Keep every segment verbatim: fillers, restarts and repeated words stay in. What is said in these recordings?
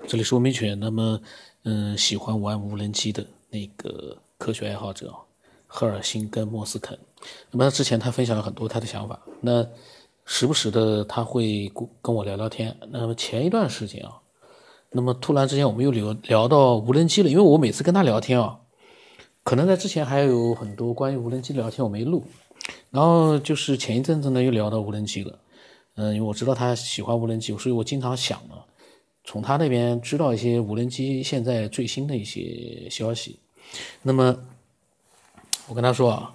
这里是吴明全。那么，嗯，喜欢玩无人机的那个科学爱好者赫尔辛跟莫斯肯。那么之前他分享了很多他的想法，那时不时的他会跟我聊聊天。那么前一段时间啊，那么突然之间我们又聊聊到无人机了，因为我每次跟他聊天啊，可能在之前还有很多关于无人机聊天我没录，然后就是前一阵子呢又聊到无人机了。嗯，因为我知道他喜欢无人机，所以我经常想呢，从他那边知道一些无人机现在最新的一些消息。那么我跟他说啊，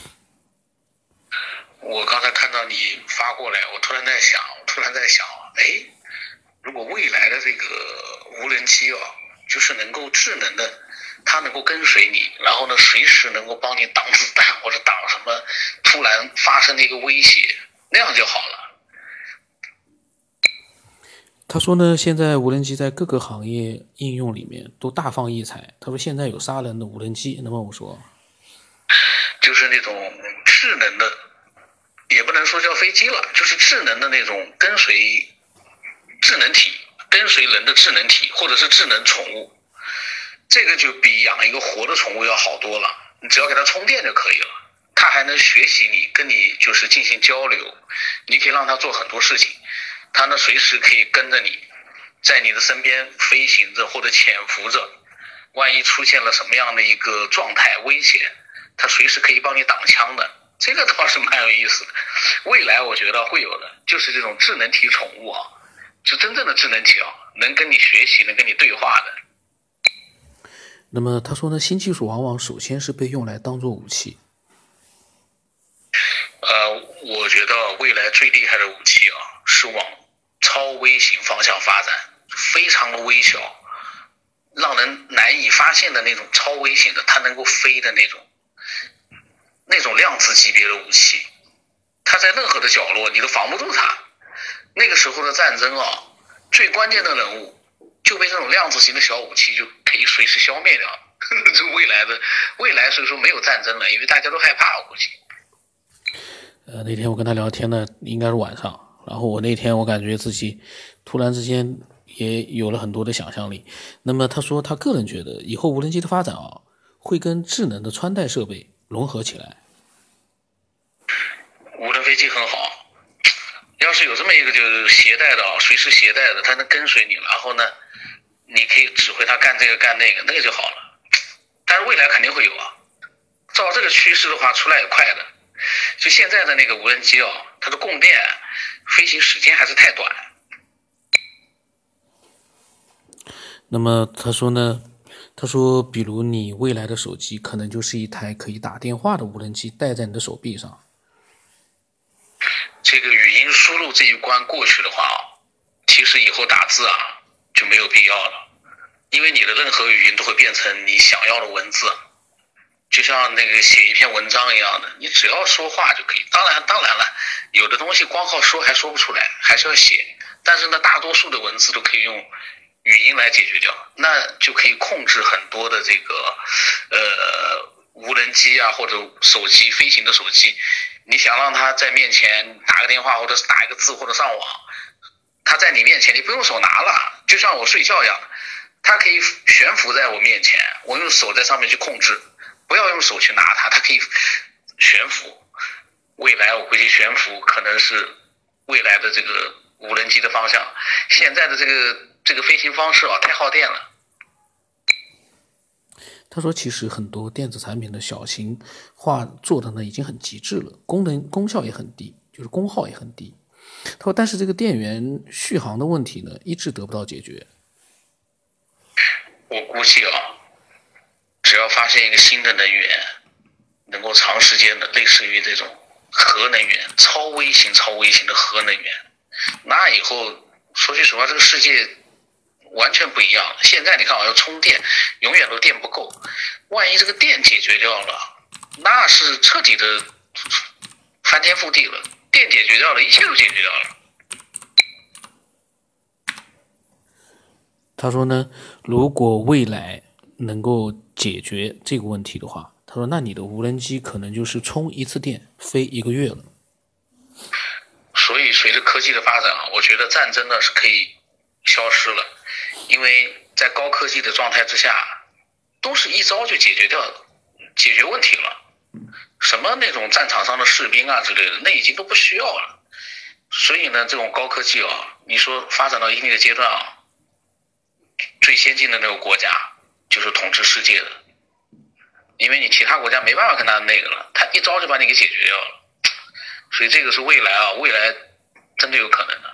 我刚才看到你发过来，我突然在想，我突然在想，哎，如果未来的这个无人机啊，就是能够智能的，它能够跟随你，然后呢，随时能够帮你挡子弹或者挡什么突然发生的一个威胁，那样就好了。 他说呢，现在无人机在各个行业应用里面都大放异彩。他说现在有杀人的无人机，那么我说， 就是那种智能的，也不能说叫飞机了，就是智能的那种跟随智能体，跟随人的智能体，或者是智能宠物，这个就比养一个活的宠物要好多了。你只要给它充电就可以了，它还能学习你，跟你就是进行交流，你可以让它做很多事情。它呢随时可以跟着你，在你的身边飞行着或者潜伏着，万一出现了什么样的一个状态危险，它随时可以帮你挡枪的，这个倒是蛮有意思的。未来我觉得会有的，就是这种智能体宠物啊，是真正的智能体啊，能跟你学习，能跟你对话的。 那么他说呢，新技术往往首先是被用来当作武器。 呃，我觉得未来最厉害的武器啊，是往超微型方向发展，非常的微小，让人难以发现的那种超微型的，它能够飞的那种，那种量子级别的武器，它在任何的角落你都防不住它。那个时候的战争啊，最关键的人物就被这种量子型的小武器就可以随时消灭掉。这未来的未来，所以说没有战争了，因为大家都害怕，我估计。 呃，那天我跟他聊天呢，应该是晚上，然后我那天我感觉自己突然之间也有了很多的想象力。那么他说他个人觉得以后无人机的发展啊，会跟智能的穿戴设备融合起来。 无人飞机很好，要是有这么一个就是携带的啊，随时携带的，它能跟随你，然后呢，你可以指挥它干这个干那个，那个就好了。但是未来肯定会有啊，照这个趋势的话，出来也快的。就现在的那个无人机啊，它的供电飞行时间还是太短。 那么他说呢，他说比如你未来的手机可能就是一台可以打电话的无人机戴在你的手臂上。 这个语音输入这一关过去的话啊，其实以后打字啊就没有必要了，因为你的任何语音都会变成你想要的文字，就像那个写一篇文章一样的，你只要说话就可以。当然当然了，有的东西光靠说还说不出来，还是要写，但是呢大多数的文字都可以用语音来解决掉，那就可以控制很多的这个呃无人机啊或者手机飞行的手机，你想让他在面前打个电话或者是打一个字或者上网，他在你面前你不用手拿了，就像我睡觉一样，他可以悬浮在我面前，我用手在上面去控制，不要用手去拿它，它可以悬浮。未来我估计悬浮可能是未来的这个无人机的方向，现在的这个这个飞行方式啊太耗电了。 他说其实很多电子产品的小型化做的呢已经很极致了，功能功效也很低，就是功耗也很低。他说但是这个电源续航的问题呢一直得不到解决。 我估计啊，只要发现一个新的能源能够长时间的类似于这种核能源，超微型超微型的核能源，那以后说句实话这个世界完全不一样了。现在你看啊，要充电永远都电不够，万一这个电解决掉了，那是彻底的翻天覆地了。电解决掉了，一切都解决掉了。 他说呢，如果未来能够解决这个问题的话，他说那你的无人机可能就是充一次电飞一个月了。 所以随着科技的发展啊，我觉得战争呢是可以消失了，因因为在高科技的状态之下，都是一招就解决掉解决问题了。什么那种战场上的士兵啊之类的，那已经都不需要了。所以呢，这种高科技啊，你说发展到一定的阶段啊，最先进的那个国家就是统治世界的，因为你其他国家没办法跟他那个了，他一招就把你给解决掉了。所以这个是未来啊，未来真的有可能的。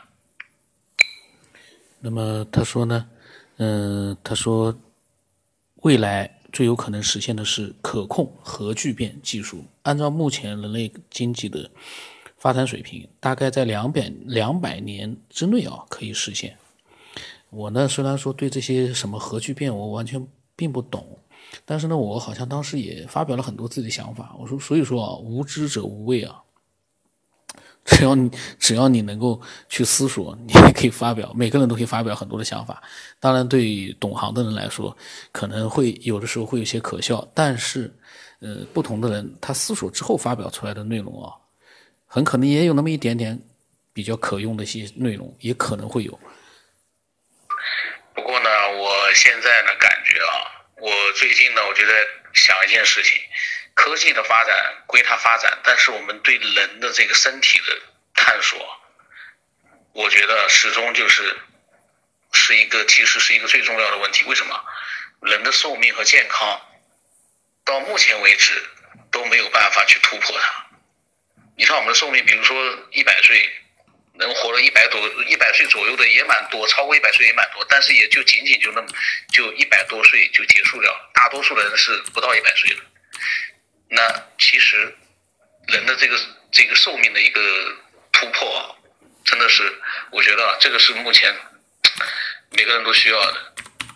那么他说呢，嗯、呃，他说未来最有可能实现的是可控核聚变技术。按照目前人类经济的发展水平，大概在两百两百年之内啊可以实现。我呢虽然说对这些什么核聚变我完全并不懂，但是呢我好像当时也发表了很多自己的想法。我说所以说啊，无知者无畏啊。只要你只要你能够去思索，你也可以发表，每个人都可以发表很多的想法。当然对懂行的人来说可能会有的时候会有些可笑，但是呃，不同的人他思索之后发表出来的内容啊，很可能也有那么一点点比较可用的一些内容，也可能会有。 不过呢，我现在呢感觉啊，我最近呢我就在想一件事情，科技的发展归它发展，但是我们对人的这个身体的探索，我觉得始终就是是一个其实是一个最重要的问题。为什么？人的寿命和健康到目前为止都没有办法去突破它。你看我们的寿命，比如说一百岁，能活了一百多一百岁左右的也蛮多，超过一百岁也蛮多，但是也就仅仅就那么就一百多岁就结束了，大多数的人是不到一百岁的。那其实人的这个这个寿命的一个突破啊，真的是我觉得这个是目前每个人都需要的。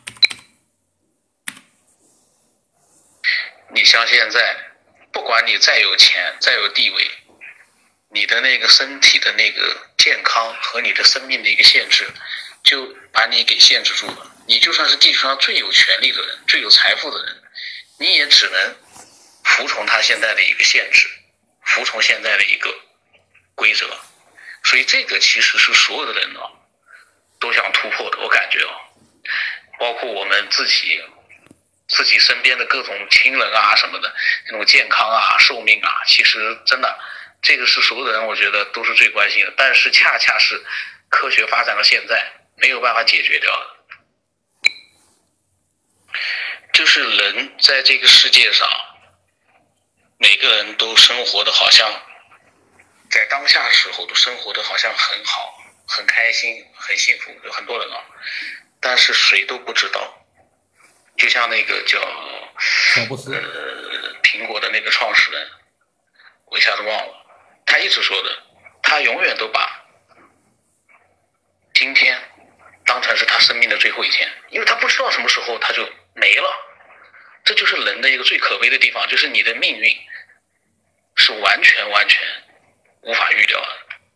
你像现在不管你再有钱再有地位，你的那个身体的那个健康和你的生命的一个限制就把你给限制住了。你就算是地球上最有权力的人最有财富的人，你也只能服从他现在的一个限制，服从现在的一个规则。所以这个其实是所有的人啊都想突破的。我感觉啊，包括我们自己自己身边的各种亲人啊什么的，那种健康啊寿命啊，其实真的这个是所有的人我觉得都是最关心的，但是恰恰是科学发展到现在没有办法解决掉的。就是人在这个世界上每个人都生活的好像在当下的时候都生活的好像很好很开心很幸福，有很多人啊，但是谁都不知道。就像那个叫乔布斯呃苹果的那个创始人，我一下子忘了，他一直说的，他永远都把今天当成是他生命的最后一天，因为他不知道什么时候他就没了。这就是人的一个最可悲的地方，就是你的命运是完全完全无法预料的。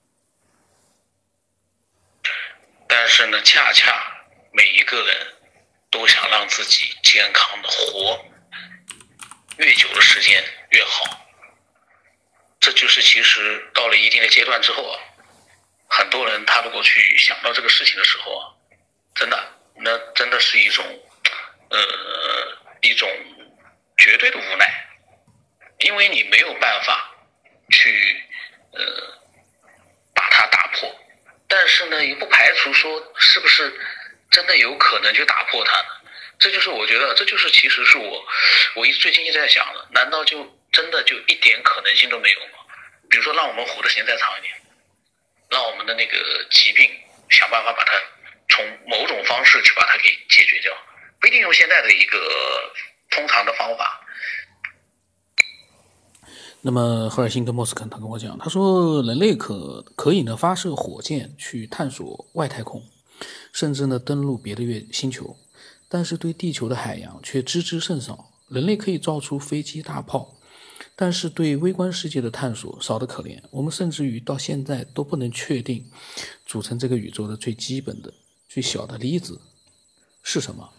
但是呢，恰恰每一个人都想让自己健康的活越久的时间越好。这就是其实到了一定的阶段之后啊，很多人他如果去想到这个事情的时候啊，真的那真的是一种呃一种绝对的无奈，因为你没有办法去呃把它打破，但是呢也不排除说是不是真的有可能去打破它呢？这就是我觉得这就是其实是我我一直最近一直在想的，难道就真的就一点可能性都没有吗？比如说让我们活的时间再长一点，让我们的那个疾病想办法把它从某种方式去把它给解决掉，不一定用现在的一个通常的方法。 那么赫尔辛跟莫斯肯他跟我讲，他说人类可可以呢发射火箭去探索外太空，甚至呢登陆别的月星球，但是对地球的海洋却知之甚少。人类可以造出飞机大炮，但是对微观世界的探索少得可怜。我们甚至于到现在都不能确定组成这个宇宙的最基本的最小的粒子是什么。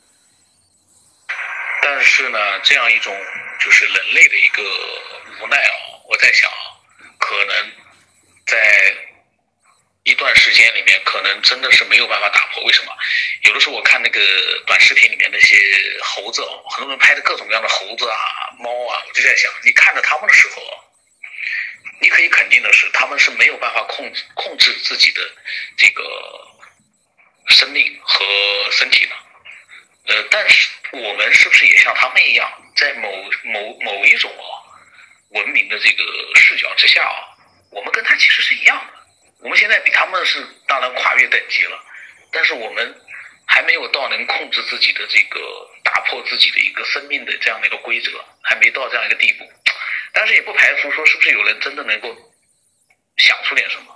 但是呢，这样一种就是人类的一个无奈啊，我在想，可能在一段时间里面，可能真的是没有办法打破。为什么？ 有的时候我看那个短视频里面那些猴子哦，很多人拍的各种各样的猴子啊、猫啊，我就在想，你看着他们的时候，你可以肯定的是，他们是没有办法控制控制自己的这个生命和身体的。呃，但是我们是不是也像他们一样，在某某某一种哦文明的这个视角之下啊，我们跟他其实是一样的。我们现在比他们是当然跨越等级了，但是我们还没有到能控制自己的这个打破自己的一个生命的这样的一个规则，还没到这样一个地步。但是也不排除说是不是有人真的能够想出点什么。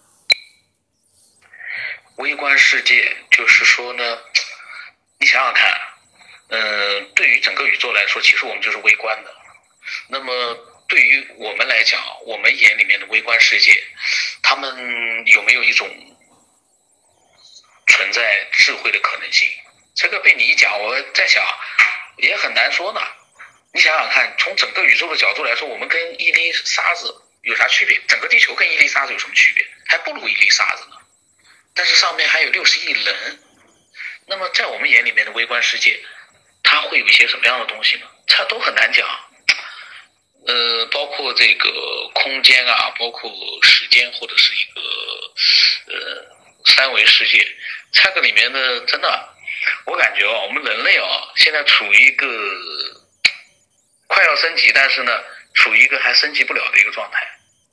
微观世界就是说呢，你想想看，呃，对于整个宇宙来说，其实我们就是微观的。那么对于我们来讲，我们眼里面的微观世界，他们有没有一种存在智慧的可能性？这个被你一讲，我在想也很难说呢。你想想看，从整个宇宙的角度来说，我们跟一粒沙子有啥区别？整个地球跟一粒沙子有什么区别？还不如一粒沙子呢。但是上面还有六十亿人，那么在我们眼里面的微观世界，它会有一些什么样的东西呢？它都很难讲。呃，包括这个空间啊，包括时间，或者是一个呃三维世界，这个里面呢，真的，我感觉啊，我们人类啊，现在处于一个快要升级，但是呢，处于一个还升级不了的一个状态。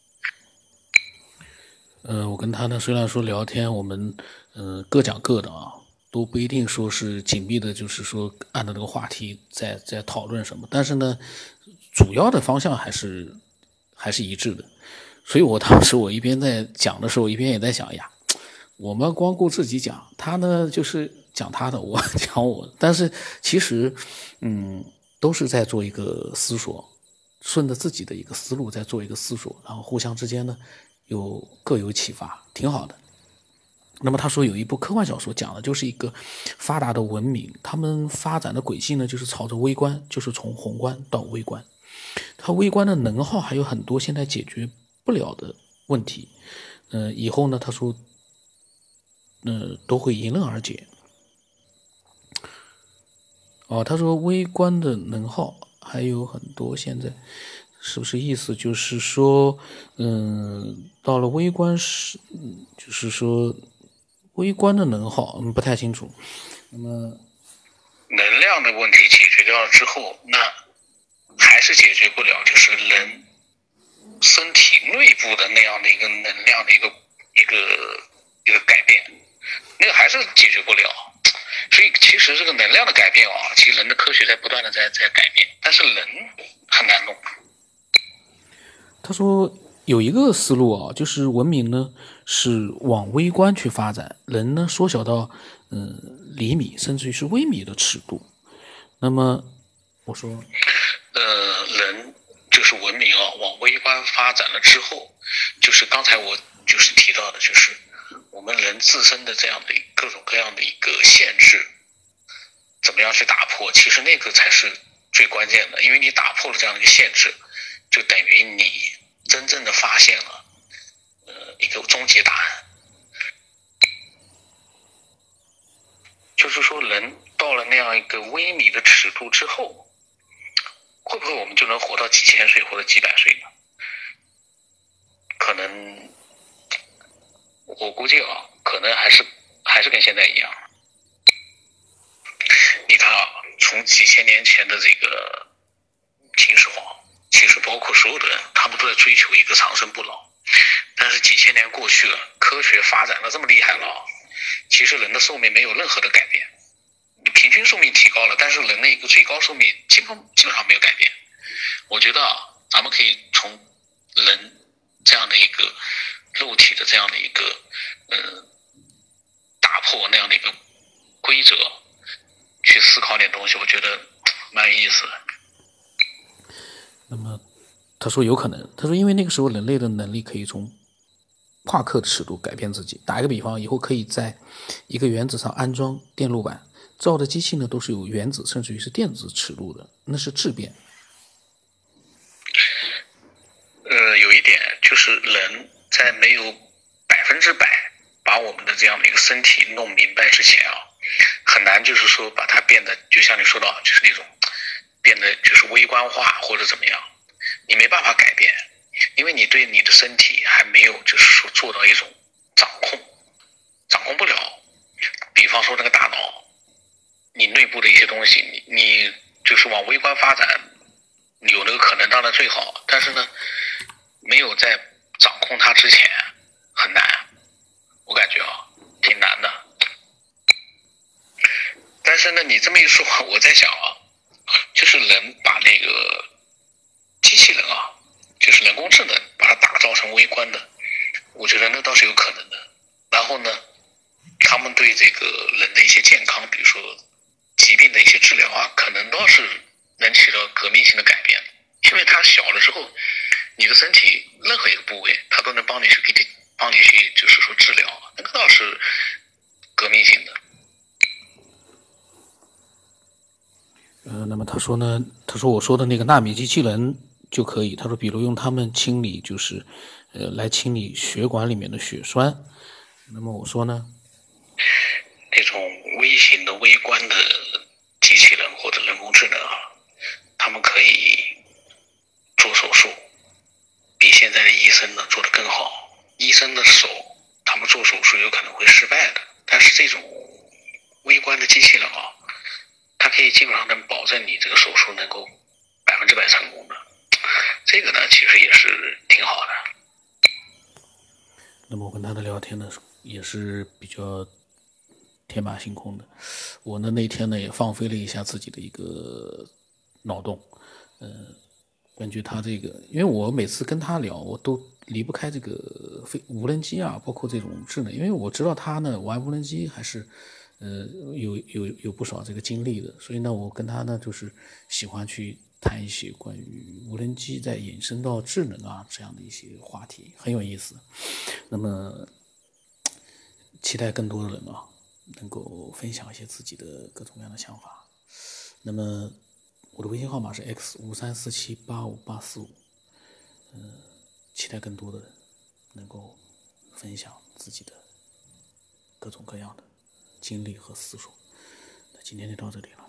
呃，我跟他呢，虽然说聊天，我们呃各讲各的啊，都不一定说是紧密的，就是说按照这个话题在在讨论什么，但是呢，主要的方向还是还是一致的。所以我当时我一边在讲的时候，一边也在想呀，我们光顾自己讲，他呢就是讲他的，我讲我的，但是其实嗯都是在做一个思索，顺着自己的一个思路在做一个思索，然后互相之间呢有各有启发，挺好的。那么他说有一部科幻小说讲的就是一个发达的文明，他们发展的轨迹呢就是朝着微观，就是从宏观到微观。它微观的能耗还有很多现在解决不了的问题，呃，以后呢他说呃都会迎刃而解。哦，他说微观的能耗还有很多，现在是不是意思就是说，嗯，到了微观是，就是说微观的能耗，嗯，不太清楚。那么能量的问题解决掉了之后，那还是解决不了，就是人身体内部的那样的一个能量的一个一个一个改变，那个还是解决不了。所以其实这个能量的改变啊，其实人的科学在不断的在在改变，但是人很难弄。 他说有一个思路啊，就是文明呢是往微观去发展，人呢缩小到嗯、呃、厘米甚至于是微米的尺度。那么我说， 呃，人就是文明啊，往微观发展了之后，就是刚才我就是提到的，就是我们人自身的这样的各种各样的一个限制，怎么样去打破？其实那个才是最关键的，因为你打破了这样的一个限制，就等于你真正的发现了呃一个终极答案。就是说，人到了那样一个微米的尺度之后，会不会我们就能活到几千岁或者几百岁呢？可能，我估计啊，可能还是还是跟现在一样。你看啊，从几千年前的这个秦始皇，其实包括所有的人，他们都在追求一个长生不老。但是几千年过去了，科学发展的这么厉害了啊，其实人的寿命没有任何的改变，平均寿命提高了，但是人的一个最高寿命基本基本上没有改变。我觉得啊，咱们可以从人这样的一个肉体的这样的一个呃打破那样的一个规则，去思考点东西，我觉得蛮有意思的。 那么他说有可能，他说因为那个时候人类的能力可以从夸克尺度改变自己。打一个比方，以后可以在一个原子上安装电路板，造的机器呢都是有原子甚至于是电子尺度的，那是质变。 呃，有一点就是人在没有百分之百把我们的这样的一个身体弄明白之前啊， 说把它变得就像你说到，就是那种变得就是微观化或者怎么样，你没办法改变，因为你对你的身体还没有就是说做到一种掌控，掌控不了。比方说那个大脑，你内部的一些东西，你你就是往微观发展，有那个可能当然最好，但是呢，没有在掌控它之前很难，我感觉啊挺难的。但是呢，你这么一说，我在想啊，就是人把那个机器人啊，就是人工智能，把它打造成微观的，我觉得那倒是有可能的。然后呢，他们对这个人的一些健康，比如说疾病的一些治疗啊，可能倒是能起到革命性的改变。因为它小了之后，你的身体任何一个部位，它都能帮你去给你帮你去就是说治疗，那个倒是革命性的。 呃，那么他说呢，他说我说的那个纳米机器人就可以，他说比如用它们清理就是呃来清理血管里面的血栓。那么我说呢， 这种微型的微观的机器人或者人工智能啊，他们可以做手术，比现在的医生呢做得更好。医生的手，他们做手术有可能会失败的，但是这种微观的机器人啊，它可以基本上能保证你这个手术能够百分之百成功的。这个呢，其实也是挺好的。 那么我跟他的聊天呢，也是比较天马行空的。我呢那天呢也放飞了一下自己的一个脑洞，呃，根据他这个，因为我每次跟他聊，我都离不开这个飞无人机啊，包括这种智能，因为我知道他呢玩无人机还是呃有有有不少这个经历的，所以呢我跟他呢就是喜欢去谈一些关于无人机再引申到智能啊这样的一些话题，很有意思。那么期待更多的人啊能够分享一些自己的各种各样的想法。那么我的微信号码是 x 五三四七八五八四五，嗯，期待更多的人能够分享自己的各种各样的经历和思索。那今天就到这里了。